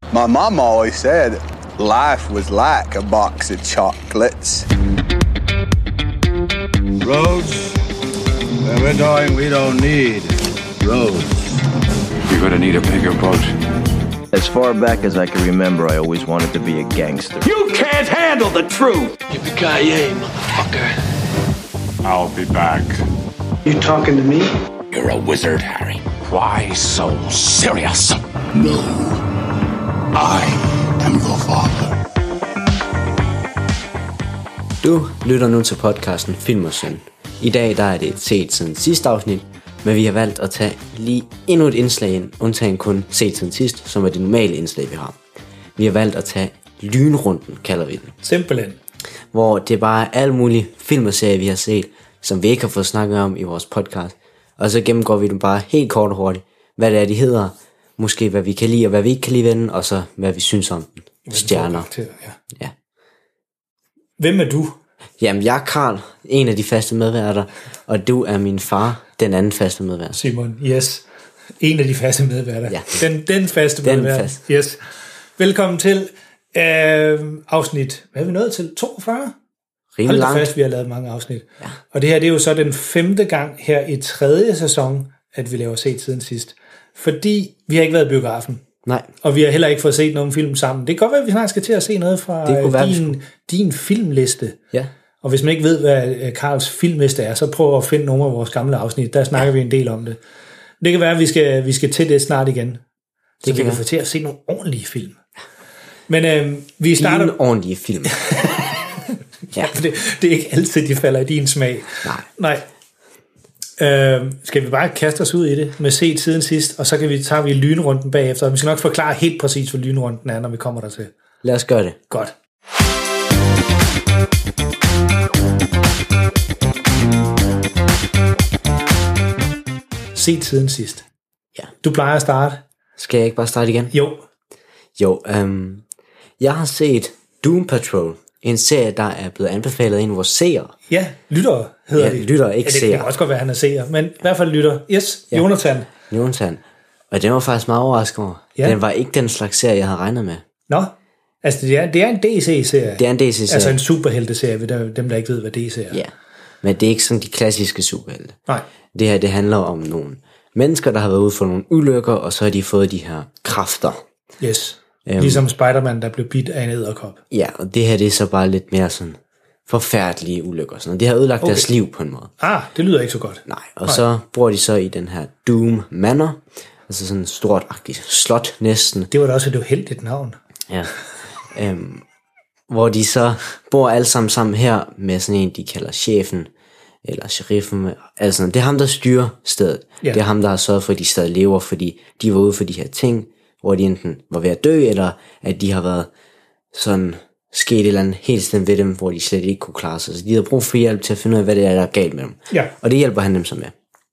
My mom always said life was like a box of chocolates. Roads? Where we're going, we don't need roads. You're gonna need a bigger boat. As far back as I can remember, I always wanted to be a gangster. You can't handle the truth! Yippee-ki-yay, motherfucker. I'll be back. You talking to me? You're a wizard, Harry. Why so serious? No. I am your father. Du lytter nu til podcasten Film og Søn. I dag der er det set siden sidste afsnit, men vi har valgt at tage lige endnu et indslag ind, undtagen kun set siden sidst, som er det normale indslag vi har. Vi har valgt at tage lynrunden, kalder vi den. Simpelthen. Hvor det bare er alle mulige film og serier vi har set, som vi ikke har fået snakket om i vores podcast. Og så gennemgår vi dem bare helt kort og hurtigt, hvad det er de hedder, måske hvad vi kan lide og hvad vi ikke kan lide ved den, og så hvad vi synes om den. Stjerner. Ja. Hvem er du? Jamen, jeg er Karl, en af de faste medværter, og du er min far, den anden faste medvært. Simon, yes. En af de faste medværter. Ja. Den faste medvært. Yes. Velkommen til afsnit, hvad er vi nået til? 42? Rimelig langt. Fast, vi har lavet mange afsnit. Ja. Og det her, det er jo så den 5. gang her i 3. sæson, at vi laver set siden sidst. Fordi vi har ikke været i biografen. Nej. Og vi har heller ikke fået set nogen film sammen. Det kan godt være, at vi snart skal til at se noget fra din filmliste. Ja. Og hvis man ikke ved, hvad Karls filmliste er, så prøv at finde nogle af vores gamle afsnit. Der snakker vi en del om det. Det kan være, at vi skal til det snart igen. Så vi kan få til at se nogle ordentlige film. Men vi starter... Dine ordentlige film. Ja. Det er ikke altid, de falder i din smag. Nej. Skal vi bare kaste os ud i det med set siden sidst, og så tager vi lynrunden bagefter. Vi skal nok forklare helt præcis, hvad lynrunden er, når vi kommer der til. Lad os gøre det. Godt. Set siden sidst. Ja. Du plejer at starte. Skal jeg ikke bare starte igen? Jo, jeg har set Doom Patrol, en serie, der er blevet anbefalet af en af vores seere. Ja, lytter hedder de. Lytter, ikke seere. Det kan også godt være, han er seer, men i hvert fald lytter. Yes, ja. Jonathan. Og den var faktisk meget overrasket over. Ja. Den var ikke den slags serie, jeg havde regnet med. Nå, altså det er en DC-serie. Det er en DC-serie. Altså en superhelte-serie, dem der ikke ved, hvad DC er. Ja, men det er ikke sådan de klassiske superhelte. Nej. Det her, det handler om nogle mennesker, der har været ude for nogle ulykker, og så har de fået de her kræfter. Yes. Ligesom Spider-Man, der blev bidt af en edderkop. Ja, og det her, det er så bare lidt mere sådan forfærdelige ulykker. Sådan. Det har ødelagt deres liv på en måde. Det lyder ikke så godt. Nej, og så bor de så i den her Doom Manor, altså sådan et stort-agtigt slot næsten. Det var da også et uheldigt navn. Ja. Hvor de så bor alle sammen her med sådan en, de kalder chefen, eller sheriffen, altså det er ham, der styrer stedet. Ja. Det er ham, der har sørget for, at de stadig lever, fordi de var ude for de her ting, hvor de enten var ved at dø, eller at de har været sådan sket et eller andet helt stemt ved dem, hvor de slet ikke kunne klare sig. Så de har brug for hjælp til at finde ud af, hvad det er, der er galt med dem. Ja. Og det hjælper han dem så med.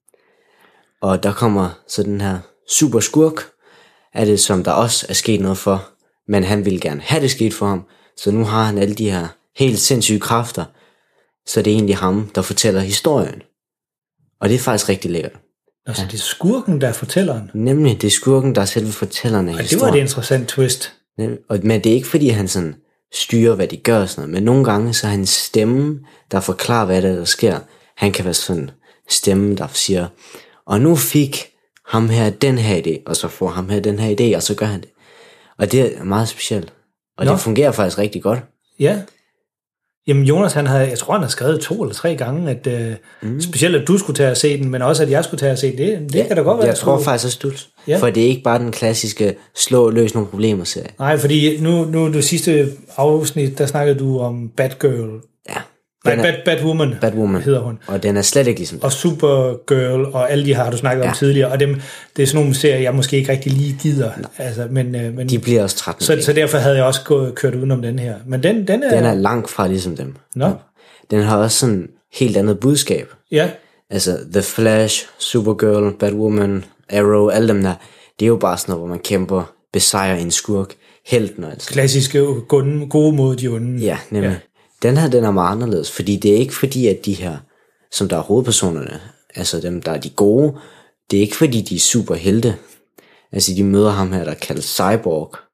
Og der kommer så den her super skurk, er det som der også er sket noget for, men han ville gerne have det sket for ham, så nu har han alle de her helt sindssyge kræfter, så det er egentlig ham, der fortæller historien. Og det er faktisk rigtig lækkert. Altså det er skurken, der er fortælleren? Nemlig, det er skurken, der er selve fortælleren af historien. Det var et interessant twist. Men det er ikke fordi, han sådan styrer, hvad de gør og sådan noget, men nogle gange så er han stemme, der forklarer, hvad der sker. Han kan være sådan stemme, der siger, og nu fik ham her den her idé, og så får ham her den her idé, og så gør han det. Og det er meget specielt. Og det fungerer faktisk rigtig godt. Ja. Jamen Jonas, jeg tror han har skrevet 2 eller 3 gange, at specielt at du skulle tage at se den, men også at jeg skulle tage at se det. Det kan da godt være. Jeg tror faktisk også du. For det er ikke bare den klassiske slå og løs nogle problemer serie. Nej, fordi nu det sidste afsnit, der snakkede du om Batgirl. Ja. Batwoman hedder hun. Og den er slet ikke ligesom det. Og Supergirl og alle de her, har du snakket om tidligere. Og det er sådan nogle serier, jeg måske ikke rigtig lige gider. Altså, men de bliver også trætte. Så derfor havde jeg også kørt udenom den her. Men den er langt fra ligesom dem. Nå. Den har også sådan helt andet budskab. Ja. Altså The Flash, Supergirl, Batwoman, Arrow, alle dem der. Det er jo bare sådan noget, hvor man kæmper, besejrer en skurk, helten og altså. Klassiske gode mod de onde. Ja, nemlig. Ja. Den er meget anderledes, fordi det er ikke fordi, at de her, som der er hovedpersonerne, altså dem, der er de gode, det er ikke fordi, de er superhelte. Altså, de møder ham her, der kaldes Cyborg,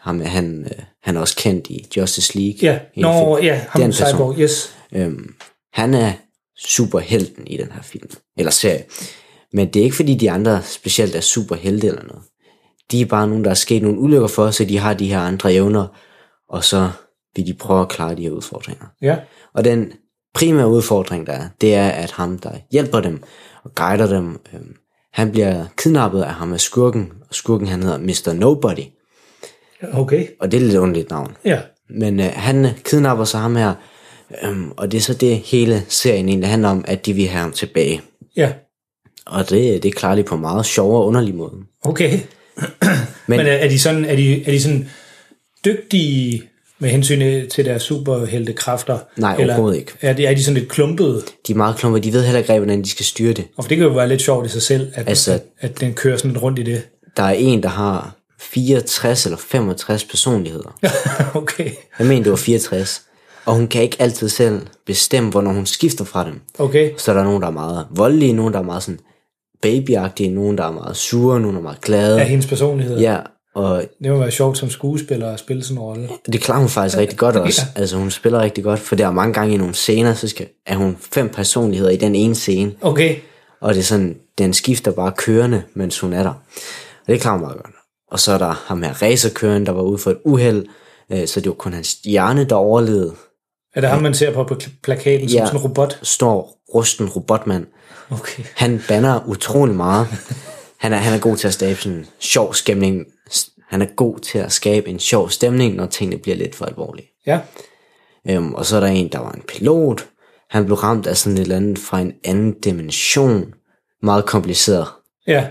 ham han er også kendt i Justice League. Ja, ham Cyborg, yes. Han er superhelten i den her film, eller serie. Men det er ikke fordi de andre specielt er superhelte eller noget. De er bare nogen, der er sket nogle ulykker for, så de har de her andre evner, og så vil de prøve at klare de her udfordringer. Ja. Og den primære udfordring, der er, det er, at ham, der hjælper dem og guider dem, han bliver kidnappet af ham af skurken, og skurken han hedder Mr. Nobody. Okay. Og det er lidt underligt navn. Ja. Men han kidnapper sig ham her, og det er så det hele serien egentlig handler om, at de vil have ham tilbage. Ja. Og det klarer de på meget sjov og underlig måde. Okay. Men er de sådan dygtige med hensyn til deres superheltekræfter? Nej, overhovedet ikke. Er de sådan lidt klumpede? De er meget klumpede. De ved heller ikke, hvordan de skal styre det. Og det kan jo være lidt sjovt i sig selv, at den kører sådan lidt rundt i det. Der er en, der har 64 eller 65 personligheder. Okay. Jeg mener, det var 64. Og hun kan ikke altid selv bestemme, hvornår hun skifter fra dem. Okay. Så der er nogen, der er meget voldelige, nogen, der er meget sådan babyagtige, nogen, der er meget sure, nogen, der er meget glade. Af hendes personlighed. Ja, og det må være sjovt som skuespiller at spille sådan en rolle. Det klarer hun faktisk rigtig godt også. Ja. Altså hun spiller rigtig godt, for der er mange gange i nogle scener, så er hun 5 personligheder i den ene scene. Okay. Og det er sådan, den skifter bare kørende, mens hun er der. Og det klarer hun meget godt. Og så er der ham her racerkøren, der var ude for et uheld, så det var kun hans hjerne, der overlevede. Er det ham, man ser på plakaten som sådan en robot? Stor, rusten robotmand. Okay. Han banner utrolig meget. Han er god til at skabe sådan en sjov stemning. Han er god til at skabe en sjov stemning, når tingene bliver lidt for alvorlige. Ja. Og så er der en, der var en pilot. Han blev ramt af sådan et eller andet fra en anden dimension. Meget kompliceret. Ja.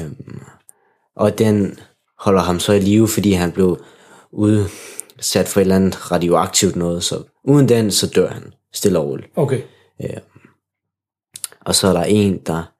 Og den holder ham så i live, fordi han blev udsat for et eller andet radioaktivt noget. Så uden den, så dør han stille og roligt. Okay. Og så er der en,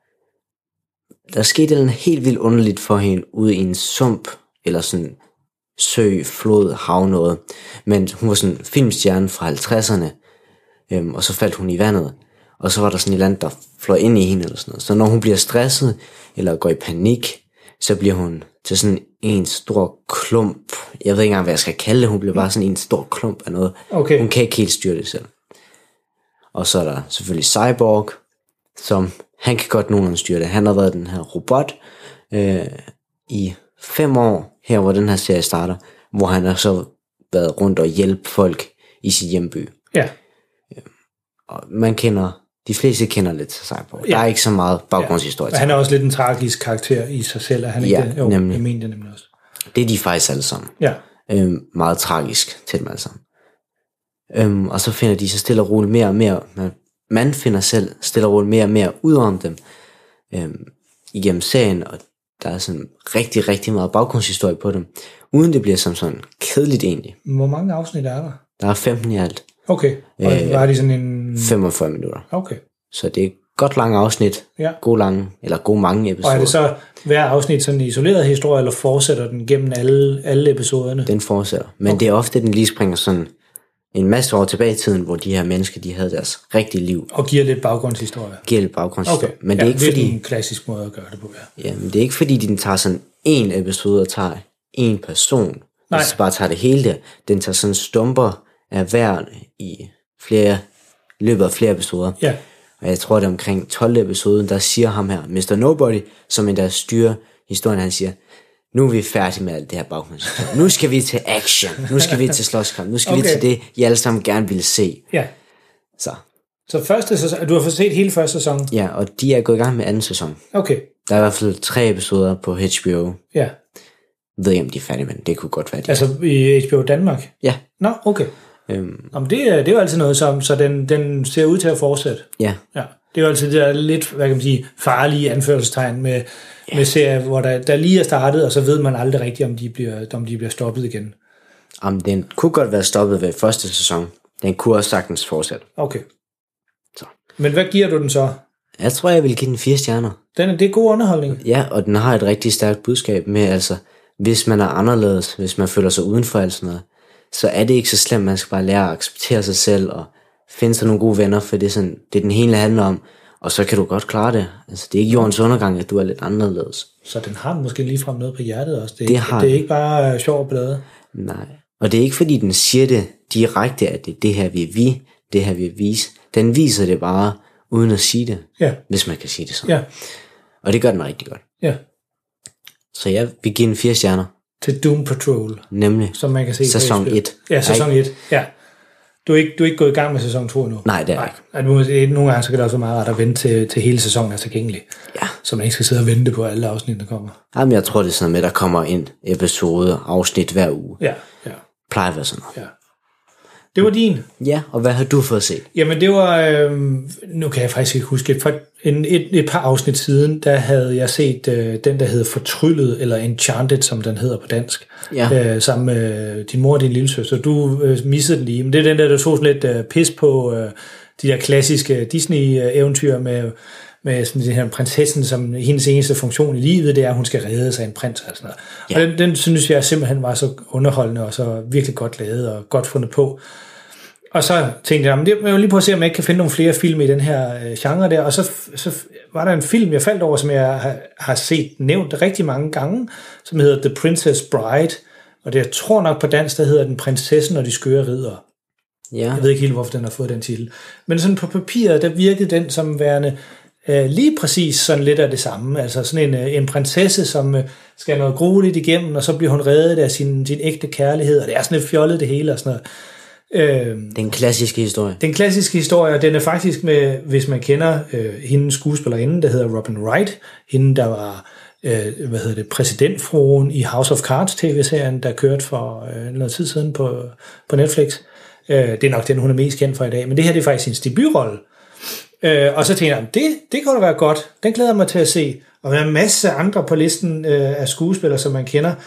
der skete noget helt vildt underligt for hende ude i en sump, eller sådan sø, flod, hav noget. Men hun var sådan en filmstjerne fra 50'erne, og så faldt hun i vandet. Og så var der sådan et eller andet, der fløj ind i hende, eller sådan noget. Så når hun bliver stresset, eller går i panik, så bliver hun til sådan en stor klump. Jeg ved ikke engang, hvad jeg skal kalde det. Hun bliver bare sådan en stor klump af noget. Okay. Hun kan ikke helt styre det selv. Og så er der selvfølgelig Cyborg, som han kan godt nogenlunde styre det. Han har været den her robot i 5 år, her hvor den her serie starter, hvor han har så været rundt og hjælpe folk i sin hjemby. Ja. Og de fleste kender lidt til Cyborg. Ja. Der er ikke så meget baggrundshistorie. Ja. Han er også lidt en tragisk karakter i sig selv, er han ikke det? Jo, nemlig. Jeg mener det nemlig også. Det er de faktisk alle sammen. Ja. Meget tragisk til dem alle sammen. Og så finder de så stille og roligt mere og mere. Man finder selv stille og roligt mere og mere ud om dem igennem serien, og der er sådan rigtig, rigtig meget baggrundshistorie på dem, uden det bliver som sådan kedeligt egentlig. Hvor mange afsnit er der? Der er 15 i alt. Okay, og var det sådan en... 45 minutter. Okay. Så det er godt lange afsnit, god mange episoder. Og er det så hver afsnit sådan en isoleret historie, eller fortsætter den gennem alle episoderne? Den fortsætter, men det er ofte, den lige springer sådan en masse år tilbage i tiden, hvor de her mennesker, de havde deres rigtige liv. Og giver lidt baggrundshistorie. Okay. Men det er ikke det er fordi... en klassisk måde at gøre det på, ja. Men det er ikke fordi, den tager sådan en episode og tager en person. Nej. Hvis bare tager det hele der. Den tager sådan stumper af hver i løbet af flere episoder. Ja. Og jeg tror, det er omkring 12 episoden, der siger ham her, Mr. Nobody, som en der styrer historien, han siger, nu er vi færdige med alt det her baggrundshistorie. Nu skal vi til action. Nu skal vi til slåskamp. Nu skal vi til det, I alle sammen gerne vil se. Ja. Så første sæson, du har fået set hele første sæson? Ja, og de er gået i gang med anden sæson. Okay. Der er i hvert fald 3 episoder på HBO. Ja. Jeg ved ikke, om de er færdige, men det kunne godt være det. Altså i HBO Danmark? Ja. Nå, okay. Jamen, det er jo altid noget, så den ser ud til at fortsætte. Ja. Ja. Det er jo altid det der lidt, hvad kan man sige, farlige anførselstegn med serier, hvor der lige er startet, og så ved man aldrig rigtigt, om de bliver stoppet igen. Jamen, den kunne godt være stoppet ved første sæson. Den kunne også sagtens fortsætte. Okay. Så. Men hvad giver du den så? Jeg tror, jeg vil give den 4 stjerner. Det er god underholdning. Ja, og den har et rigtig stærkt budskab med, altså, hvis man er anderledes, hvis man føler sig udenfor alt sådan noget, så er det ikke så slemt, man skal bare lære at acceptere sig selv, og finde sig nogle gode venner, for det er den hele handler om, og så kan du godt klare det. Altså, det er ikke jordens undergang, at du er lidt anderledes. Så den har måske ligefrem noget på hjertet også. Det er ikke bare sjov blade. Nej, og det er ikke fordi den siger det direkte, at det her vi vise. Den viser det bare, uden at sige det, hvis man kan sige det sådan. Ja. Og det gør den rigtig godt. Ja. Så jeg vil give den 4 stjerner. Til Doom Patrol. Nemlig. Som man kan se sæson 1. Ja, sæson 1. Ja. Du er ikke gået i gang med sæson 2 nu? Nej, det er ikke. Nogle gange så kan det også være meget rart at vente til hele sæsonen er tilgængelig. Ja. Så man ikke skal sidde og vente på alle afsnit, der kommer. Jamen, jeg tror, det er sådan med, der kommer en episode, afsnit hver uge. Ja. Plejer at være sådan noget. Ja. Det var din. Ja, og hvad har du fået set? Jamen, det var... nu kan jeg faktisk ikke huske. For et par afsnit siden, der havde jeg set den, der hedder Fortryllet, eller Enchanted, som den hedder på dansk. Ja. Sammen med din mor og din lille søster. Du missede den lige. Men det er den der tog sådan lidt pis på de der klassiske Disney-eventyr med sådan den her prinsessen, som hendes eneste funktion i livet, det er, at hun skal redde sig en prins og sådan noget. Ja. Og den synes jeg simpelthen var så underholdende, og så virkelig godt lavet og godt fundet på. Og så tænkte jeg, jeg vil lige prøve at se, om jeg ikke kan finde nogle flere film i den her genre der, og så var der en film, jeg faldt over, som jeg har set nævnt rigtig mange gange, som hedder The Princess Bride, og det jeg tror nok på dansk, der hedder Den Prinsessen og de skøre riddere. Ja. Jeg ved ikke helt, hvorfor den har fået den titel. Men sådan på papiret, der virkede den som værende lige præcis sådan lidt af det samme. Altså sådan en prinsesse, som skal noget grueligt igennem, og så bliver hun reddet af sin ægte kærlighed, og det er sådan lidt fjollet det hele og sådan noget. Den klassiske historie. Den klassiske historie, og den er faktisk med, hvis man kender hende skuespillerinde, der hedder Robin Wright, hende der var præsidentfruen i House of Cards tv-serien, der kørte for noget tid siden på Netflix. Det er nok den, hun er mest kendt for i dag, men det her det er faktisk hendes debutrolle. Og så tænker jeg, det kan da være godt, den glæder jeg mig til at se. Og der er en masse andre på listen af skuespillere, som man kender.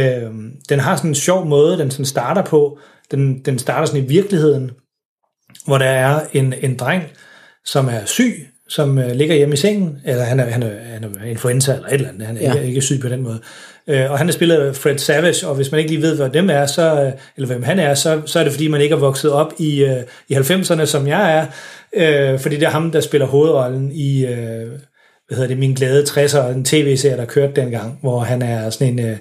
Den har sådan en sjov måde, den sådan starter på. Den starter sådan i virkeligheden, hvor der er en dreng, som er syg, som ligger hjemme i sengen, eller han er influenza eller et eller andet, han er ikke syg på den måde. Og han er spillet af Fred Savage, og hvis man ikke lige ved, hvad dem er, eller hvem han er, så er det fordi, man ikke er vokset op i 90'erne, som jeg er, fordi det er ham, der spiller hovedrollen i... Min glade 60'er, en tv-serie, der kørte dengang, hvor han er sådan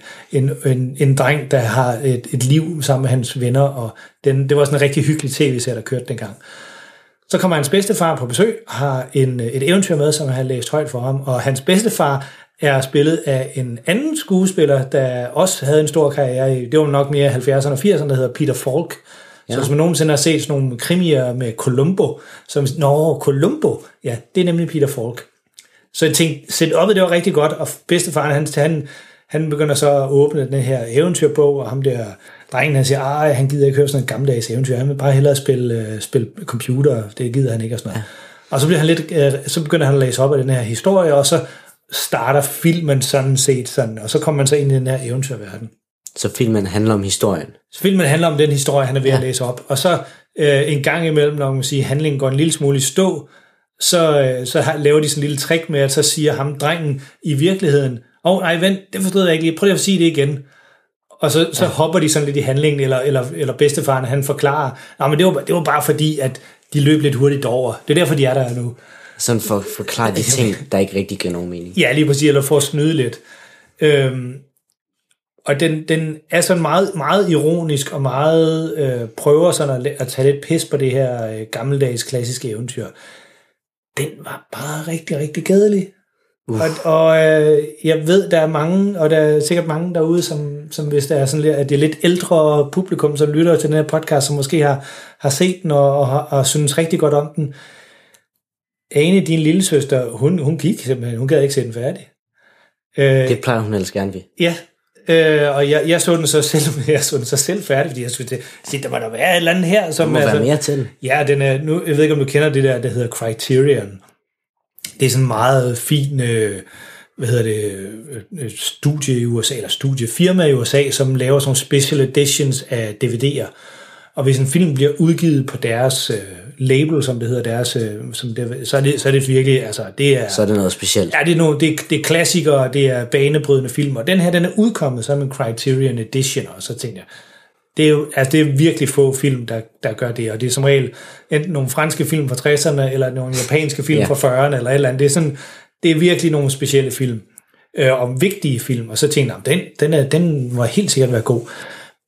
en dreng, der har et liv sammen med hans venner, og det var sådan en rigtig hyggelig tv-serie, der kørte dengang. Så kommer hans bedstefar på besøg, har et eventyr med, som han har læst højt for ham, og hans bedstefar er spillet af en anden skuespiller, der også havde en stor karriere i, det var nok mere 70'erne og 80'erne, der hedder Peter Falk. Ja. Så hvis man nogensinde har set sådan nogle krimier med Columbo, Columbo, ja, det er nemlig Peter Falk. Så jeg tænkte, setupet det var rigtig godt, og bedstefaren, han begynder så at åbne den her eventyrbog, og ham der drengen, han siger, han gider ikke høre sådan en gammeldags eventyr, han vil bare hellere spille computer, det gider han ikke og sådan noget. Ja. Og så bliver så begynder han at læse op af den her historie, og så starter filmen sådan set sådan, og så kommer man så ind i den her eventyrverden. Så filmen handler om historien? Så filmen handler om den historie, han er ved at læse op, og så en gang imellem, når man siger, handlingen går en lille smule i stå, så laver de sådan en lille trick med, at så siger ham, drengen, i virkeligheden, nej, vent, det forstod jeg ikke lige, prøv lige at sige det igen. Og så hopper de sådan lidt i handlingen, eller bedstefaren, han forklarer, men det var bare fordi, at de løb lidt hurtigt over. Det er derfor, de er der nu. Sådan for at forklare de ting, der ikke rigtig giver nogen mening. Ja, lige præcis, eller for at snyde lidt. Og den er sådan meget, meget ironisk, og meget prøver sådan at tage lidt pis på det her gammeldags klassiske eventyr. Den var bare rigtig, rigtig kedelig. Og jeg ved, der er mange, og der er sikkert mange derude, som hvis der er sådan lidt, at det er lidt ældre publikum, som lytter til den her podcast, som måske har set den og synes rigtig godt om den. Ane, din lille søster, hun gik simpelthen, hun gad ikke se den færdig. Det plejer hun ellers gerne ved. Ja, og jeg så den så selv færdig, fordi jeg synes, der må der være et eller andet her. Som, der må være mere til. Ja, den er, nu, jeg ved ikke, om du kender det der hedder Criterion. Det er sådan en meget fin, studie i USA, eller studiefirma i USA, som laver sådan special editions af DVD'er. Og hvis en film bliver udgivet på deres label, som det hedder, så er det virkelig, altså det er... Så er det noget specielt. Ja, det er klassikere, det er banebrydende film, og den her, den er udkommet som en Criterion Edition, og så tænker jeg, det er virkelig få film, der gør det, og det er som regel enten nogle franske film fra 60'erne, eller nogle japanske film fra 40'erne, eller et eller andet. Det er virkelig nogle specielle film, og vigtige film, og så tænkte jeg, den må helt sikkert være god.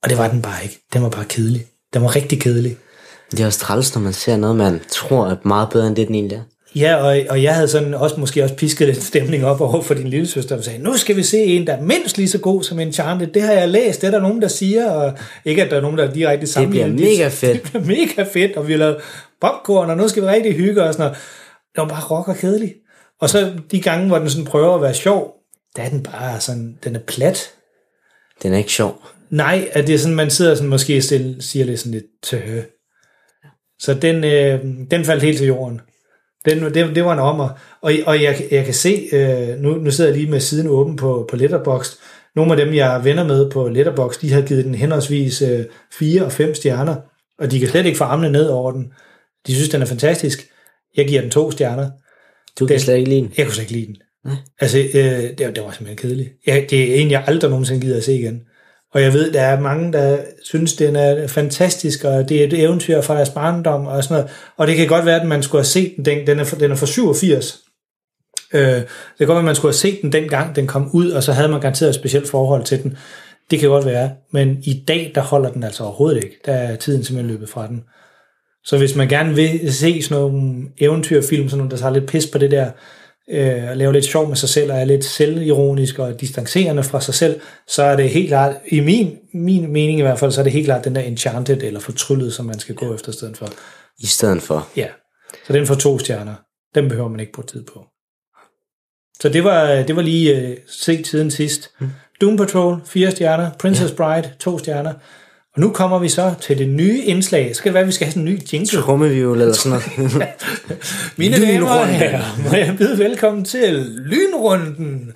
Og det var den bare ikke. Den var bare kedelig. Den var rigtig kedelig. Det er også træls, når man ser noget, man tror er meget bedre, end det den egentlig er. Ja, og jeg havde sådan måske også pisket lidt stemning op over for din lille søster, og sagde, nu skal vi se en, der er mindst lige så god som Enchanted. Det har jeg læst, det er der nogen, der siger, og ikke at der er nogen, der direkte sammenligner. Det bliver mega fedt. Det bliver mega fedt, og vi har lavet popcorn, og nu skal vi rigtig hygge os. Det var bare rock og kedelig. Og så de gange, hvor den sådan prøver at være sjov, der er den bare sådan, den er plat. Den er ikke sjov. Nej, at det er sådan, man sidder sådan måske siger lidt sådan lidt tøh. Så den faldt helt til jorden. Det var en ommer. Og jeg kan se, nu sidder jeg lige med siden åben på Letterboxd. Nogle af dem, jeg er venner med på Letterboxd, de har givet den henholdsvis 4 og 5 stjerner. Og de kan slet ikke få armene ned over den. De synes, den er fantastisk. Jeg giver den 2 stjerner. Du kan slet ikke lide den? Jeg kunne slet ikke lide den. Altså, det var simpelthen kedeligt. Det er en, jeg aldrig nogensinde gider at se igen. Og jeg ved, der er mange, der synes, den er fantastisk, og det er et eventyr fra deres barndom og sådan noget. Og det kan godt være, at man skulle have set den. Den er fra 87. Det kan godt være, at man skulle have set den dengang, den kom ud, og så havde man garanteret et specielt forhold til den. Det kan godt være. Men i dag, der holder den altså overhovedet ikke. Der er tiden simpelthen løbet fra den. Så hvis man gerne vil se sådan nogle eventyrfilm, sådan nogle, der tager lidt pis på det der, og lave lidt sjov med sig selv, og er lidt selvironisk og distancerende fra sig selv, så er det helt klart, i min mening i hvert fald, så er det helt klart den der Enchanted eller Fortryllet, som man skal gå efter i stedet for. I stedet for? Ja, så den får 2 stjerner. Den behøver man ikke bruge tid på. Så det var lige set siden sidst. Doom Patrol, 4 stjerner. Princess Bride, 2 stjerner. Og nu kommer vi så til det nye indslag. Skal det være, at vi skal have sådan en ny jingle? Trummevivl eller sådan noget. Mine damer og herrer, må jeg byde velkommen til Lynrunden.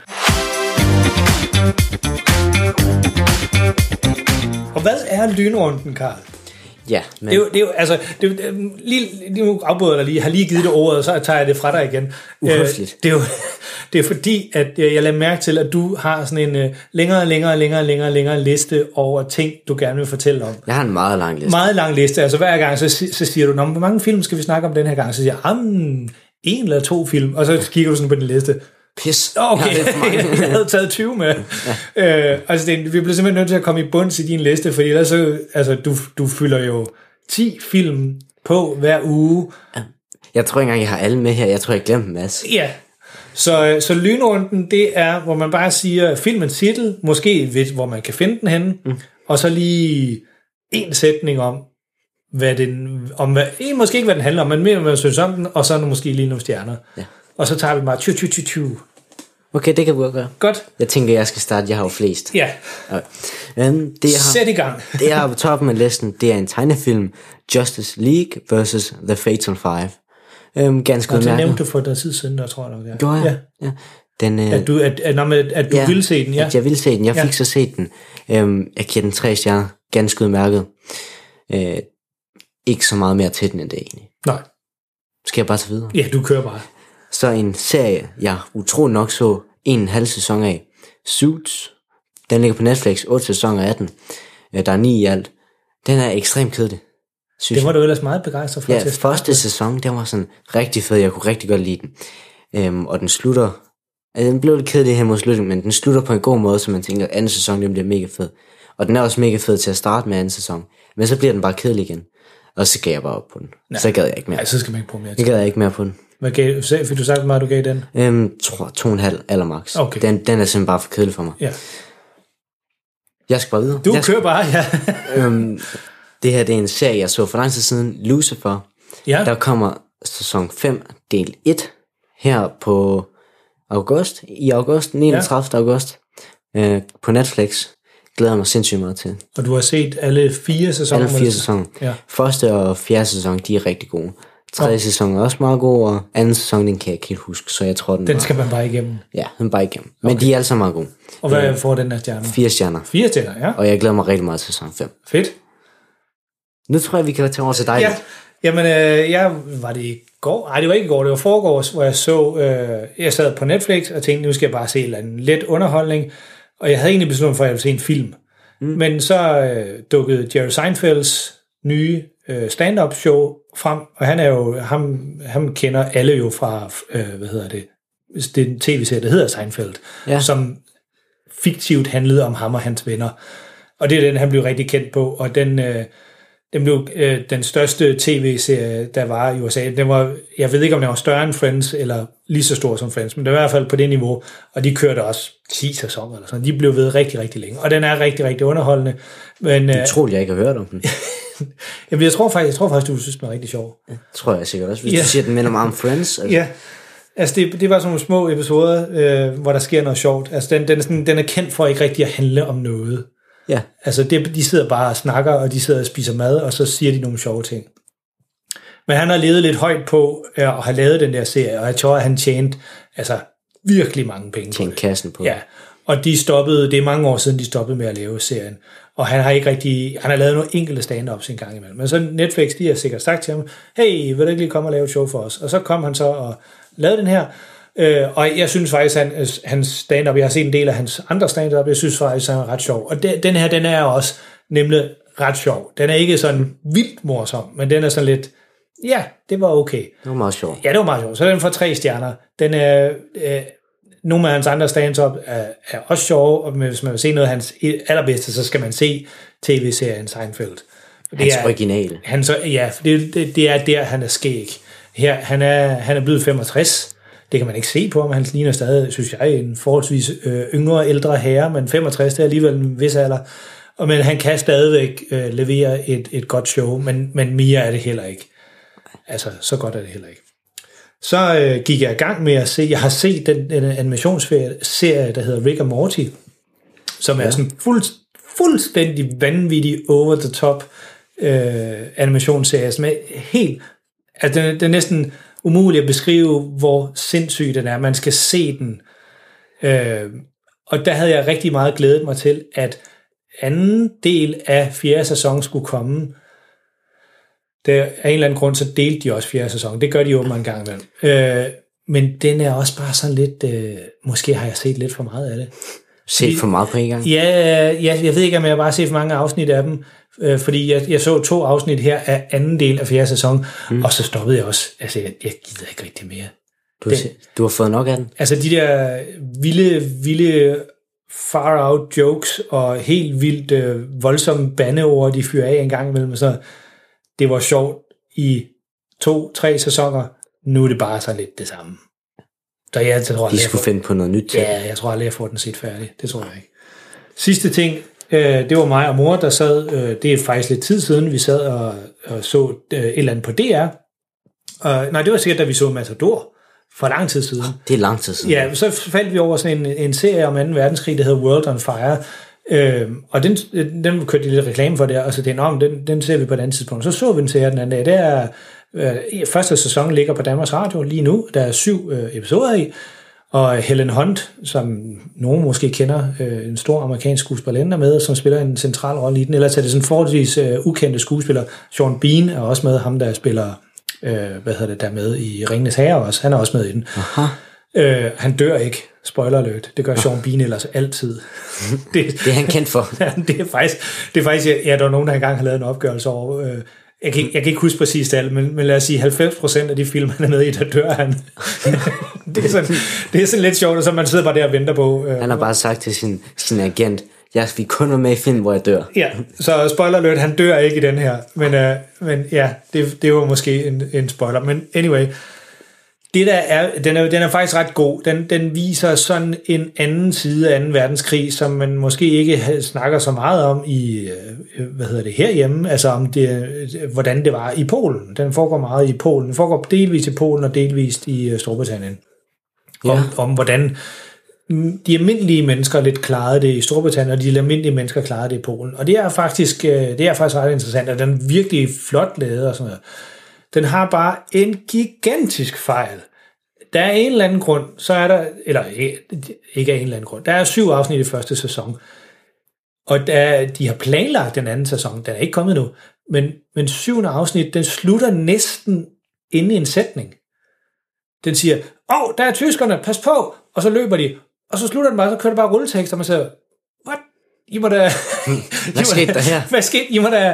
Og hvad er Lynrunden, Karl? Ja, men... Det er jo altså, lige afbryder jeg lige, har lige givet det ordet, og så tager jeg det fra dig igen. Uhøfligt. Det er fordi, at jeg lader mærke til, at du har sådan en længere liste over ting, du gerne vil fortælle om. Jeg har en meget lang liste. Meget lang liste. Altså hver gang, så siger du, hvor mange film skal vi snakke om den her gang? Så siger jeg, 1 eller 2 film, og så kigger du sådan på din liste. Pis. Okay, jeg havde taget 20 med. Ja. Altså vi bliver simpelthen nødt til at komme i bunds i din liste, fordi ellers så, altså du fylder jo 10 film på hver uge. Jeg tror ikke engang, jeg har alle med her. Jeg tror, jeg glemte en masse. Ja, så Lynrunden, det er, hvor man bare siger filmens titel, måske ved, hvor man kan finde den henne, og så lige en sætning om, måske ikke hvad den handler om, men mere, hvad man synes om den, og så måske lige nogle stjerner. Ja. Og så tager vi bare 20. Okay, det kan vi godt gøre. Godt. Jeg tænker, jeg skal starte. Jeg har jo flest. Ja. Okay. Sæt i gang. Det jeg har på toppen af listen, det er en tegnefilm, Justice League vs. The Fatal Five. Ganske udmærket. Det nævnte du for dig tid siden, der tror jeg nok. Gjorde jeg? Ja. Den, at du ville se den, ja. At jeg ville se den. Jeg fik så set den. Jeg giver den 3 stjerner. Ganske udmærket. Ikke så meget mere til den end det egentlig. Nej. Skal jeg bare tage videre? Ja, du kører bare. Så en serie, jeg utroligt nok så 1,5 sæson af. Suits. Den ligger på Netflix. 8 sæsoner af den. Der er 9 i alt. Den er ekstremt kedelig. Det var du ellers meget begejstret for. Ja, første sæson, den var sådan rigtig fed. Jeg kunne rigtig godt lide den. Og den slutter... Den blev lidt kedelig her mod slutningen, men den slutter på en god måde, så man tænker, at anden sæson den bliver mega fed. Og den er også mega fed til at starte med anden sæson. Men så bliver den bare kedelig igen. Og så gav jeg bare op på den. Nej. Så gad jeg ikke mere. Nej, så skal man ikke bruge mere til. Jeg gad jeg ikke mere på den. Hvad gav, fik du sagt, hvor meget du gav den? Tror 2,5 eller max. Okay. Den er simpelthen bare for kedelig for mig. Ja. Jeg skal bare videre. Du kører bare, ja. Det her, det er en serie, jeg så for lang tid siden. Lucifer. Ja. Der kommer sæson 5, del 1, her på august. I august, 39. august. På Netflix. Glæder mig sindssygt meget til. Og du har set alle 4 sæsoner? Alle 4 sæsoner. Ja. Første og 4. sæson, de er rigtig gode. 3. sæson er også meget god, og 2. sæson, den kan jeg ikke helt huske, så jeg tror, den skal man bare igennem? Ja, den bare igennem. Men de er alle sammen meget gode. Og hvad får den her stjerne? 4 stjerner. 4 stjerner, ja. Og jeg glæder mig rigtig meget til sæson 5. Fedt. Nu tror jeg, vi kan tage over til dig. Ja. Jamen, var det i går? Nej, det var ikke i går, det var forgårs, hvor jeg sad på Netflix og tænkte, nu skal jeg bare se en let underholdning. Og jeg havde egentlig besluttet for, at jeg ville se en film. Men så dukkede Jerry Seinfelds nye stand-up show frem, og han er jo, ham kender alle jo fra, det er en tv-serie, der hedder Seinfeld, som fiktivt handlede om ham og hans venner. Og det er den, han blev rigtig kendt på, og den blev den største tv-serie, der var i USA. Jeg ved ikke, om den var større end Friends, eller lige så stor som Friends, men det var i hvert fald på det niveau, og de kørte også 10 sæsoner, eller sådan. De blev ved rigtig, rigtig længe, og den er rigtig, rigtig underholdende. Men, det tror jeg ikke har hørt om den. Jamen, jeg tror faktisk, du synes, den er rigtig sjov. Ja, tror jeg sikkert også, hvis du siger, den minder meget om Friends. Altså. Ja, altså det var sådan nogle små episoder, hvor der sker noget sjovt. Altså den er kendt for ikke rigtig at handle om noget. Ja. Altså de sidder bare og snakker, og de sidder og spiser mad, og så siger de nogle sjove ting. Men han har levet lidt højt på at have lavet den der serie, og jeg tror, at han tjente altså virkelig mange penge på det. Kassen på ja. Og det er mange år siden, de stoppede med at lave serien. Og han har lavet nogle enkelte stand-ups en gang imellem. Men så Netflix, de har sikkert sagt til ham, hey, vil du ikke lige komme og lave et show for os? Og så kom han så og lavede den her. Og jeg synes faktisk, at hans stand-up, jeg har set en del af hans andre stand-up, jeg synes faktisk, han er ret sjov. Og den her, den er også nemlig ret sjov. Den er ikke sådan vildt morsom, men den er sådan lidt, ja, det var okay. Det var meget sjov. Ja, det var meget sjov. Så den får 3 stjerner. Den er... Nogle af hans andre stand-up er også sjove, og hvis man vil se noget af hans allerbedste, så skal man se tv-serien Seinfeld. Hans original. Det er der, han er skæg. Her, han er blevet 65. Det kan man ikke se på ham. Han ligner stadig, synes jeg, en forholdsvis yngre, ældre herre, men 65, det er alligevel en vis alder. Men han kan stadigvæk levere et godt show, men mere er det heller ikke. Altså, så godt er det heller ikke. Så gik jeg i gang med at se, jeg har set den animationsserie, der hedder Rick and Morty, som er sådan fuldstændig vanvittig over the top animationsserie, som er helt, altså det er næsten umuligt at beskrive, hvor sindssyg den er. Man skal se den. Og der havde jeg rigtig meget glædet mig til, at anden del af 4. sæson skulle komme. Der af en eller anden grund, så delte de også 4. sæson. Det gør de åbenbart en gang imellem. Men den er også bare sådan lidt... måske har jeg set lidt for meget af det. Set for meget på en gang? Ja, jeg ved ikke, om jeg bare har set for mange afsnit af dem. Fordi jeg så 2 afsnit her af anden del af 4. sæson, og så stoppede jeg også. Altså, jeg gider ikke rigtig mere. Du har fået nok af den? Altså, de der vilde far-out jokes, og helt vildt voldsomme bandeord, de fyrer af en gang imellem, så det var sjovt i 2-3 sæsoner. Nu er det bare så lidt det samme. Så jeg tror, de skulle finde på noget nyt til. Ja, jeg tror aldrig, jeg får den set færdig. Det tror jeg ikke. Sidste ting, det var mig og mor, der sad, det er faktisk lidt tid siden, vi sad og så et eller andet på DR. Nej, det var sikkert, da vi så Matador for lang tid siden. Det er lang tid siden. Ja, så faldt vi over sådan en serie om 2. verdenskrig, der hedder World on Fire. Og den kørte de lidt reklame for der, og så den ser vi på et andet tidspunkt. Så vi den serie den anden dag. Det er første sæson ligger på Danmarks Radio lige nu. Der er 7 episoder i. Og Helen Hunt, som nogen måske kender, en stor amerikansk skuespillerinde med, som spiller en central rolle i den. Ellers er det sådan forholdsvis ukendte skuespiller. Sean Bean er også med, ham der spiller, der med i Ringenes Herre også. Han er også med i den. Aha. Han dør ikke. Spoiler alert. Det gør Sean Bean ellers altid. Det er han kendt for. Ja, det er faktisk, der var nogen, der engang har lavet en opgørelse over... Jeg kan ikke huske præcis det, men lad os sige, 90% af de film, han er med i, der dør han. det er sådan lidt sjovt, og så man sidder bare der og venter på... Han har bare sagt til sin agent, jeg vil kun være med i film, hvor jeg dør. Ja, så spoiler alert, han dør ikke i den her. Men ja, det var måske en spoiler. Men anyway, det der er, den er faktisk ret god. Den viser sådan en anden side af 2. verdenskrig, som man måske ikke snakker så meget om i, herhjemme, altså om hvordan det var i Polen. Den foregår meget i Polen. Den foregår delvist i Polen og delvist i Storbritannien. Ja. Om hvordan de almindelige mennesker lidt klarede det i Storbritannien, og de almindelige mennesker klarede det i Polen. Og det er faktisk ret interessant, og den er virkelig flot lavet og sådan noget. Den har bare en gigantisk fejl. Der er en eller anden grund, så er der, eller ikke af en eller anden grund, der er 7 afsnit i første sæson, og de har planlagt den anden sæson, den er ikke kommet nu, men 7. afsnit, den slutter næsten inde i en sætning. Den siger, der er tyskerne, pas på, og så løber de, og så slutter den bare, så kører det bare rulletekst, og man siger, what? I må da... Hvad skete der her? Hvad skete?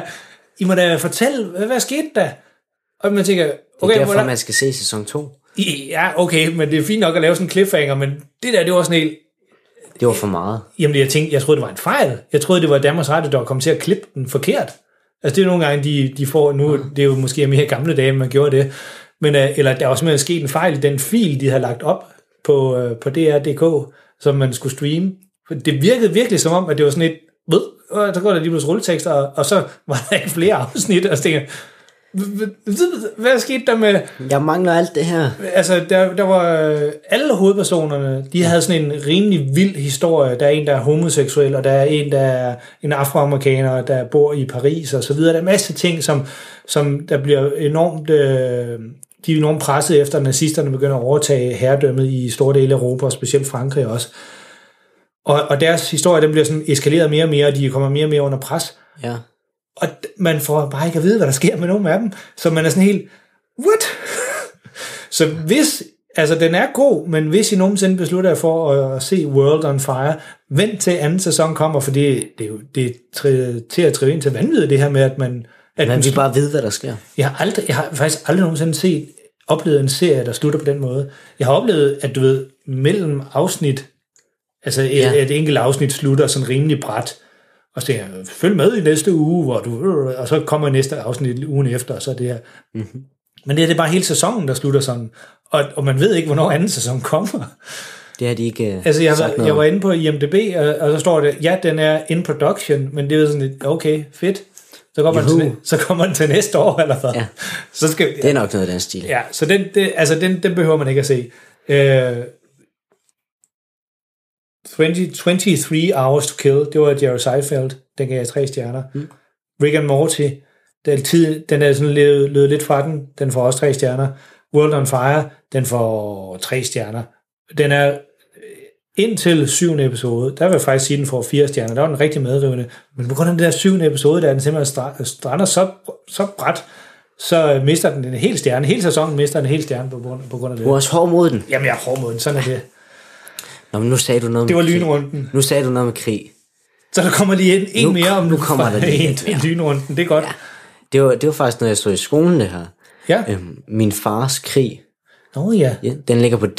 I må da fortælle, hvad skete der? Og man tænker, okay, det er derfor, man skal se sæson 2. Ja, okay, men det er fint nok at lave sådan en cliffhanger, men det var sådan helt... Det var for meget. Jamen, jeg troede, det var en fejl. Jeg troede, det var Danmarks Radio, der var kommet til at klippe den forkert. Altså, det er nogle gange, de får nu, det er jo måske mere gamle dage, man gjorde det, men, eller der er også simpelthen sket en fejl i den fil, de har lagt op på DR.dk, som man skulle streame. Det virkede virkelig som om, at det var sådan et, og så går der lige pludselig rulletekster, og så var der ikke flere afsnit, og så tænker hvad skete der med... Jeg mangler alt det her. Altså, der var alle hovedpersonerne, de havde sådan en rimelig vild historie. Der er en, der er homoseksuel, og der er en, der er en afroamerikaner, der bor i Paris, og så videre. Der er en masse ting, som der bliver enormt... de er enormt presset efter, at nazisterne begynder at overtage herredømmet i store dele af Europa, og specielt Frankrig også. Og deres historie, den bliver sådan eskaleret mere og mere, og de kommer mere og mere under pres. Ja. Og man får bare ikke at vide, hvad der sker med nogen af dem. Så man er sådan helt, what? Så hvis, altså den er god, men hvis I nogensinde beslutter jer for at se World on Fire, vent til anden sæson kommer, for det er til at trive ind til vanvittigt, det her med, at man vil bare vide, hvad der sker. Jeg har faktisk aldrig nogensinde oplevet en serie, der slutter på den måde. Jeg har oplevet, at du ved, mellem afsnit, altså et enkelt afsnit slutter sådan rimelig brat, og så tænker jeg, følg med i næste uge, hvor og så kommer næste afsnit ugen efter, og så det her. Mm-hmm. Men det er bare hele sæsonen, der slutter sådan, og man ved ikke, hvornår anden sæson kommer. Det har de ikke altså, jeg var inde på IMDb, og så står det, ja, den er in production, men det er sådan lidt, okay, fedt. Så kommer den til næste år, eller hvad? Ja. Så det er nok noget af den stil. Ja, så den behøver man ikke at se. 23 Hours to Kill, det var Jerry Seinfeld, den gav jeg 3 stjerner. Rick and Morty, den er sådan lød lidt fra den får også 3 stjerner. World on Fire, den får 3 stjerner. Den er indtil 7. episode, der vil jeg faktisk sige, den får 4 stjerner. Der var den rigtig medrivende. Men på grund af den der 7. episode, der er den simpelthen strander så bræt, så mister den en hel stjerne. Hele sæsonen mister den en hel stjerne på grund af det. Du er også hård mod den. Jamen, jeg er hård mod den, sådan er det. Nå, men nu sagde du noget det var lynrunden. Nu sagde du noget med krig. Så der kommer lige en mere om nu kommer der en lynrunden. Det er godt. Ja. Det var faktisk noget, jeg så i skolen, det her. Ja. Min fars krig. Ja. Den ligger på DR.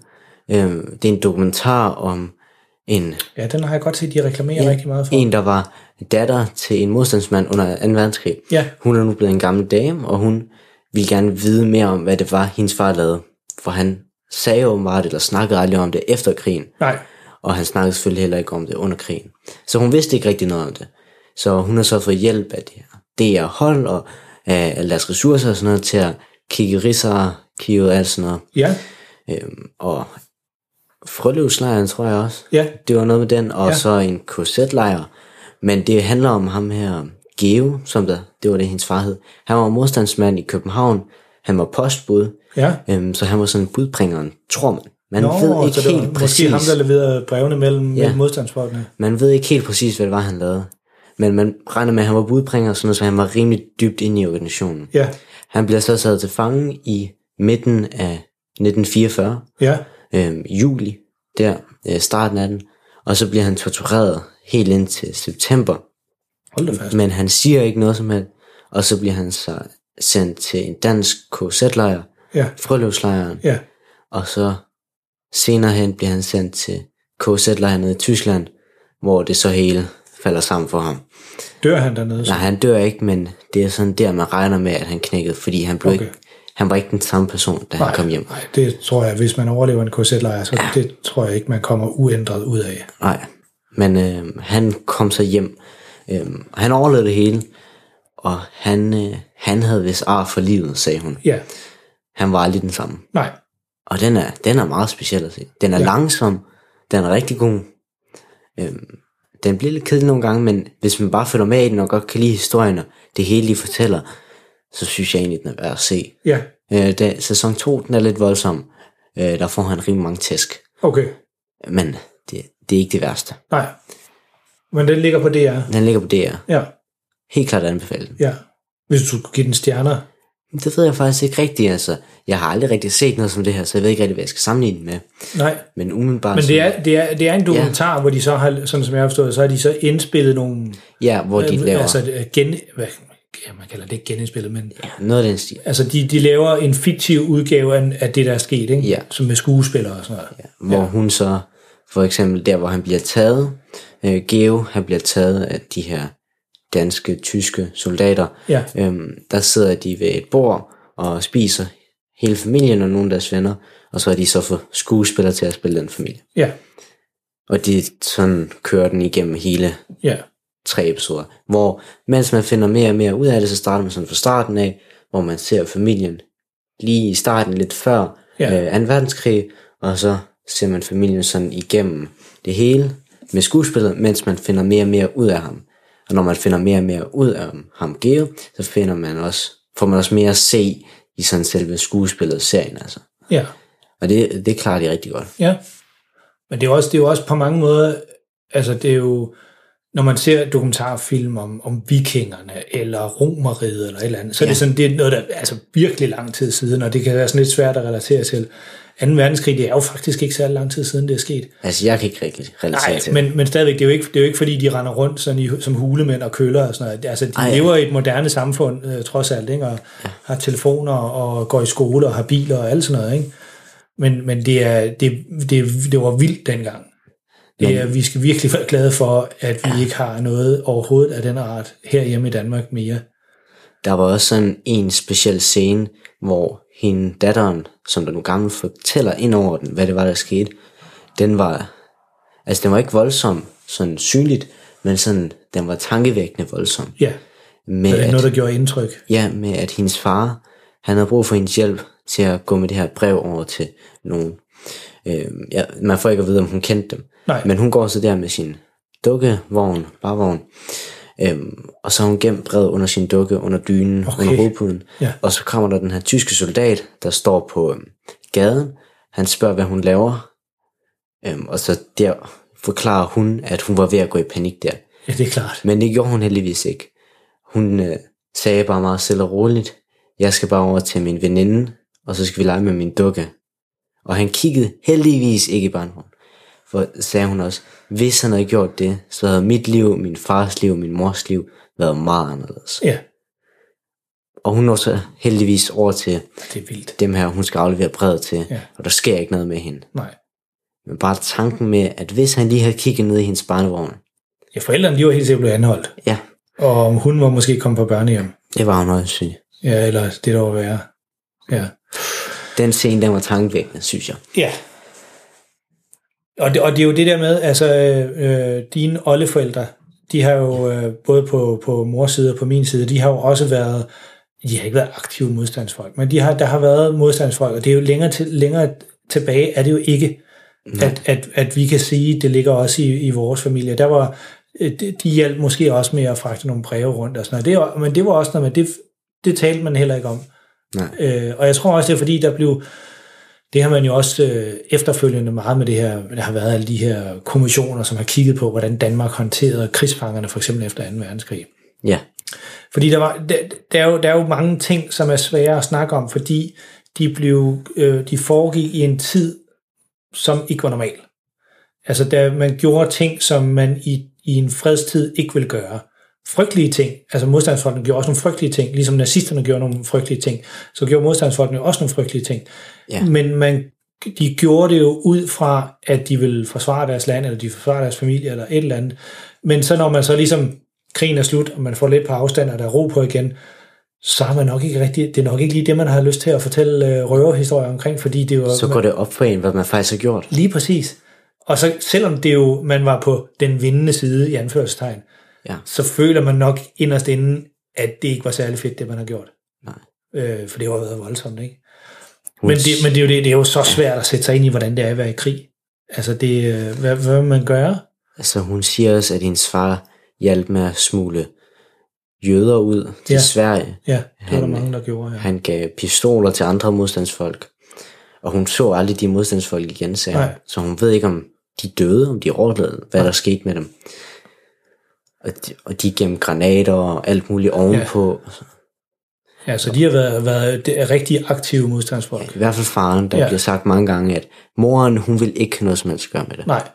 Det er en dokumentar om en... Ja, den har jeg godt set, de reklamerer rigtig meget for. En, der var datter til en modstandsmand under 2. verdenskrig. Ja. Hun er nu blevet en gammel dame, og hun ville gerne vide mere om, hvad det var, hendes far lavede. For han sagde åbenbart, eller snakkede aldrig om det efter krigen. Nej. Og han snakkede selvfølgelig heller ikke om det under krigen. Så hun vidste ikke rigtig noget om det. Så hun har så fået hjælp af det hold og af deres ressourcer og sådan noget til at kigge rigsarkivet og alt sådan noget. Ja. Og Frøløvslejren, tror jeg også. Ja. Det var noget med den, og så en KZ-lejr. Men det handler om ham her, Geo, det var det, hendes far hed. Han var modstandsmand i København. Han var postbud. Ja. Så han var sådan budbringeren, tror man. Man ved ikke helt præcis. Måske ham, der leverede brevene mellem modstandsfolkene. Man ved ikke helt præcis, hvad det var, han lavede. Men man regner med, at han var budbringer, sådan noget, så han var rimelig dybt inde i organisationen. Ja. Han bliver så taget til fange i midten af 1944. Ja. Juli, starten af den. Og så bliver han tortureret helt indtil september. Hold da fast. Men han siger ikke noget som helst. Og så bliver han så sendt til en dansk KZ-lejr. Ja. Frøløvslejren. Ja. Og så senere hen bliver han sendt til KZ-lejren nede i Tyskland, hvor det så hele falder sammen for ham. Dør han dernede? Nej, han dør ikke, men det er sådan der, man regner med, at han knækkede, fordi han blev ikke, han var ikke den samme person, da han kom hjem. Nej, det tror jeg, hvis man overlever en KZ-lejr, så det tror jeg ikke, man kommer uændret ud af. Nej, men han kom så hjem. Han overlevede det hele, og han havde vist ar for livet, sagde hun. Ja. Han var aldrig den samme. Nej. Og den er meget speciel at se. Den er langsom, den er rigtig god. Den bliver lidt kedelig nogle gange, men hvis man bare følger med i den og godt kan lide historien og det hele de fortæller, så synes jeg egentlig, den er værd at se. Ja. Sæson 2, den er lidt voldsom. Der får han rimelig mange tæsk. Okay. Men det er ikke det værste. Nej. Men den ligger på DR. Den ligger på DR. Ja. Helt klart anbefalet. Ja. Hvis du skulle give den stjerner. Det ved jeg faktisk ikke rigtigt, altså. Jeg har aldrig rigtig set noget som det her, så jeg ved ikke rigtig, hvad jeg skal sammenligne den med. Nej. Men umiddelbart... Men det er en dokumentar, hvor de så har, sådan som jeg har forstået, så har de så indspillet nogle... Ja, hvor de laver... Altså, man kalder det ikke genindspillet, men... Ja, noget af den stil. Altså, de laver en fiktiv udgave af det, der er sket, ikke? Ja. Som med skuespillere og sådan noget. Ja, hvor hun så For eksempel der, hvor han bliver taget. Geo, han bliver taget af de her danske, tyske soldater. Ja. Der sidder de ved et bord og spiser, hele familien og nogle af deres venner, og så er de så for skuespillere til at spille den familie. Ja. Og de sådan kører den igennem hele 3 episoder, hvor mens man finder mere og mere ud af det, så starter man sådan fra starten af, hvor man ser familien lige i starten, lidt før 2. verdenskrig, og så ser man familien sådan igennem det hele med skuespillet, mens man finder mere og mere ud af ham. Og når man finder mere og mere ud af ham, Geo, så får man også mere at se i sådan selve skuespillet, serien altså. Ja. Og det klarer de rigtig godt. Ja. Men det er jo også på mange måder, altså det er jo, når man ser dokumentarfilm om vikingerne, eller Romeriet, eller et eller andet, så er det sådan, det er noget, der altså virkelig lang tid siden, og det kan være sådan lidt svært at relatere til. 2. verdenskrig, det er jo faktisk ikke særlig lang tid siden, det er sket. Altså, jeg kan ikke rigtig relatere til det. Men stadigvæk, det er jo ikke fordi, de render rundt sådan som hulemænd og køller og sådan noget. Altså, de lever i et moderne samfund, trods alt, ikke? Og har telefoner, og går i skole, og har biler, og alt sådan noget, ikke? Men det var vildt dengang. Vi skal virkelig være glade for, at vi ikke har noget overhovedet af den art herhjemme i Danmark mere. Der var også sådan en speciel scene, hvor hende datteren, som der nu gammel fortæller ind over den, hvad det var, der skete. Den var ikke voldsom, sådan synligt, men sådan, den var tankevækkende voldsom. Ja, med det er noget, der gjorde indtryk. Ja, med at hendes far, han havde brug for hendes hjælp til at gå med det her brev over til nogen. Man får ikke at vide, om hun kendte dem. Nej. Men hun går så der med sin dukkevogn, barvogn, og så har hun gemt brevet under sin dukke, under dynen, under hovedpuden. Ja. Og så kommer der den her tyske soldat, der står på gaden. Han spørger, hvad hun laver. Og så der forklarer hun, at hun var ved at gå i panik der. Ja, det er klart. Men det gjorde hun heldigvis ikke. Hun sagde bare meget stille og roligt, jeg skal bare over til min veninde, og så skal vi lege med min dukke. Og han kiggede heldigvis ikke i barnevogn. For sagde hun også, hvis han havde gjort det, så havde mit liv, min fars liv, min mors liv været meget anderledes. Ja. Og hun når så heldigvis over til det er vildt. Dem her, hun skal aflevere brevet til, og der sker ikke noget med hende. Nej. Men bare tanken med, at hvis han lige havde kigget ned i hendes barnevogn. Ja, forældrene de var helt sikkert blevet anholdt. Ja. Og hun var måske kommet på børnehjem. Det var hun også, synes jeg. Ja, eller det der var værre. Ja. Den scene, den var tankevækkende, synes jeg. Ja. Og det er jo det der med, altså dine oldeforældre, de har jo både på mors side og på min side, de har jo også været, de har ikke været aktive modstandsfolk, men der har været modstandsfolk, og det er jo længere tilbage, er det jo ikke, at vi kan sige, det ligger også i vores familie. Der var, de hjalp måske også med at fragte nogle breve rundt og sådan noget. Men det var også noget med, det talte man heller ikke om. Nej. Og jeg tror også, det er fordi, der blev, det har man jo også efterfølgende meget med det her, der har været alle de her kommissioner, som har kigget på, hvordan Danmark håndterede krigsfangerne, for eksempel efter 2. verdenskrig. Ja. Fordi der er jo mange ting, som er svære at snakke om, fordi de foregik i en tid, som ikke var normal. Altså, da man gjorde ting, som man i en fredstid ikke ville gøre. Frygtelige ting, altså modstandsfolkene gjorde også nogle frygtelige ting, ligesom nazisterne gjorde nogle frygtelige ting, så gjorde modstandsfolkene også nogle frygtelige ting. Ja. Men de gjorde det jo ud fra, at de ville forsvare deres land, eller de ville forsvare deres familie, eller et eller andet. Men så når man så ligesom, krigen er slut, og man får lidt på afstand, og der er ro på igen, så er man nok ikke rigtig, det er nok ikke lige det, man har lyst til at fortælle røverhistorier omkring, fordi det var... Så går det op for en, hvad man faktisk har gjort. Lige præcis. Og så selvom det jo, man var på den vindende side, i anførselstegn, så føler man nok inderst inden, at det ikke var særlig fedt, det man har gjort. Nej. For det har været voldsomt, ikke? Men det er jo det er jo så svært at sætte sig ind i, hvordan det er at være i krig. Altså, hvad vil man gøre? Altså, hun siger også, at hendes far hjalp med at smule jøder ud til Sverige. Ja, det var der mange, der gjorde. Ja. Han gav pistoler til andre modstandsfolk. Og hun så aldrig de modstandsfolk igen, sagde hun. Så hun ved ikke, om de døde, om de overlevede, hvad der skete med dem. Og de gennem granater og alt muligt ovenpå. Ja, så de har været rigtig aktive modstandsfolk. Ja, i hvert fald faren, der bliver sagt mange gange, at moren, hun vil ikke noget som helst gøre med det. Nej.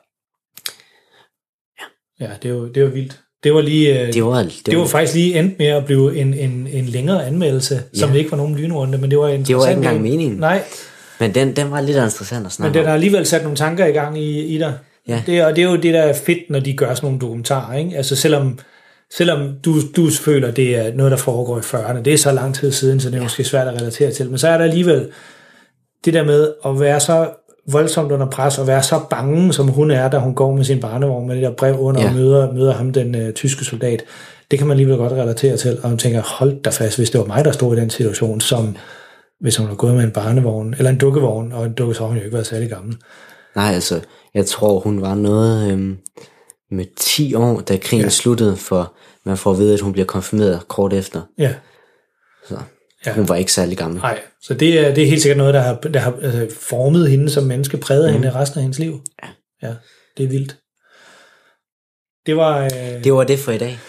Ja, det var vildt. Det var lige det var faktisk lige endt med at blive en længere anmeldelse, som ikke var nogen lynrunde, men det var interessant. Det var ikke engang meningen. Nej. Men den var lidt interessant at snakke om. Men den har alligevel sat nogle tanker i gang i dig. Ja. Det er jo det, der er fedt, når de gør sådan nogle dokumentarer, ikke? Altså selvom du føler, det er noget, der foregår i 40'erne, det er så lang tid siden, så det er måske svært at relatere til, men så er der alligevel det der med at være så voldsomt under pres, og være så bange, som hun er, da hun går med sin barnevogn med det der brev under og møder ham, den tyske soldat. Det kan man alligevel godt relatere til, og man tænker, hold da fast, hvis det var mig, der stod i den situation, som hvis hun var gået med en barnevogn, eller en dukkevogn, og en dukke, så har hun jo ikke været særlig gammel. Nej, altså, jeg tror, hun var noget med 10 år, da krigen sluttede, for man får at vide, at hun bliver konfirmeret kort efter. Ja. Så hun var ikke særlig gammel. Nej, så det er helt sikkert noget, der har formet hende som menneske, præget hende resten af hendes liv. Ja, det er vildt. Det var det for i dag.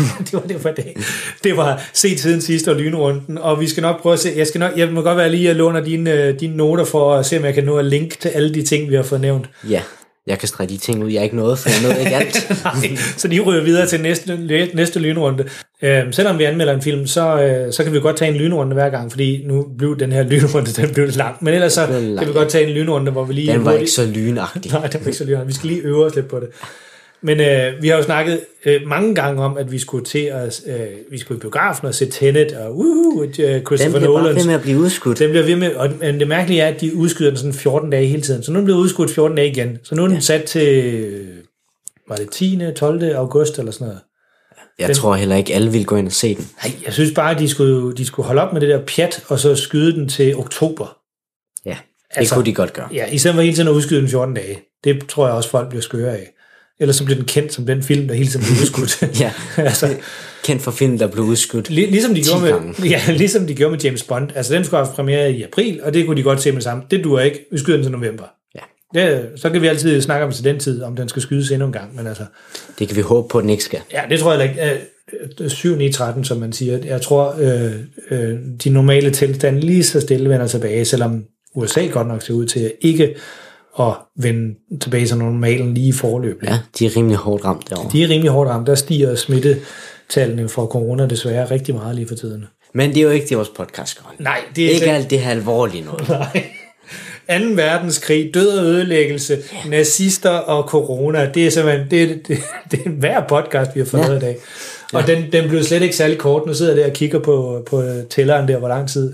Det var set siden sidste og lynrunden, og vi skal nok prøve at se, jeg må godt være lige at låne dine noter for at se, om jeg kan nå at linke til alle de ting, vi har fået nævnt. Ja, jeg kan strække de ting ud, jeg ikke nåede, for jeg nåede ikke alt. Nej, så de ryger videre til næste lynrunde. Selvom vi anmelder en film, så kan vi godt tage en lynrunde hver gang, fordi nu blev den her lynrunde, den blev lidt lang. Men ellers så kan vi godt tage en lynrunde, hvor vi lige... Den var ikke så lynagtig. Nej, den var ikke så lynagtig. Vi skal lige øve os lidt på det. Men vi har jo snakket mange gange om, at vi skulle til at vi skulle i biografen og se Tenet og Christopher Nolan. Den bliver bare ved med at blive udskudt. Den bliver ved med, og det mærkelige er, at de udskyder den sådan 14 dage hele tiden. Så nu er den blevet udskudt 14 dage igen. Så nu er den sat til, var det 10. 12. august eller sådan noget. Jeg tror heller ikke, alle vil gå ind og se den. Nej, jeg synes bare, at de skulle holde op med det der pjat, og så skyde den til oktober. Ja, det kunne de godt gøre. Ja, i stedet for hele tiden at udskyde den 14 dage. Det tror jeg også, folk bliver skøre af. Ellers så bliver den kendt som den film, der hele tiden blev udskudt. Ja, altså, kendt for film, der blev udskudt ligesom de gjorde med James Bond. Altså, den skulle have premiere i april, og det kunne de godt se med sammen. Det duer ikke. Vi skyder den til november. Ja. Så kan vi altid snakke om til den tid, om den skal skydes endnu en gang. Men altså, det kan vi håbe på, at den ikke skal. Ja, det tror jeg ikke. 7-9-13, som man siger. Jeg tror, de normale tilstande lige så stille vender tilbage, selvom USA godt nok ser ud til ikke at vende tilbage til normalen lige i forløbet. Ja, de er rimelig hårdt ramt derovre. De er rimelig hårdt ramt. Der stiger smittetallene for corona desværre rigtig meget lige for tiden. Men det er jo ikke det, vores podcast gør. Nej, det er ikke alt det her alvorlige noget. Nej. 2. verdenskrig, død og ødelæggelse, nazister og corona, det er simpelthen det er en hver podcast, vi har fået i dag. Og den blev slet ikke særlig kort. Nu sidder jeg der og kigger på tælleren der, hvor lang tid.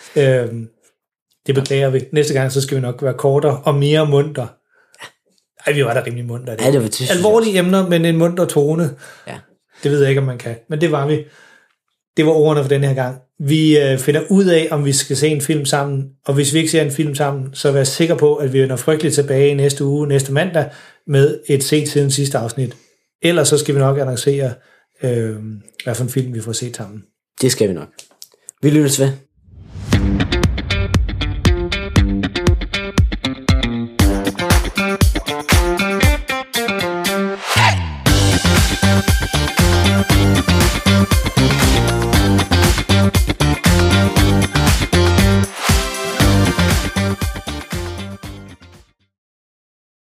Det beklager vi. Næste gang, så skal vi nok være kortere og mere munter. Ej, vi var da rimelig munter. Ja, det var til alvorlige emner, men en munter tone. Ja. Det ved jeg ikke, om man kan. Men det var vi. Det var ordene for denne her gang. Vi finder ud af, om vi skal se en film sammen, og hvis vi ikke ser en film sammen, så vær sikker på, at vi vender frygteligt tilbage næste uge, næste mandag, med et set siden sidste afsnit. Ellers så skal vi nok annoncere, hvad for en film vi får set sammen. Det skal vi nok. Vi lyttes ved. Hey!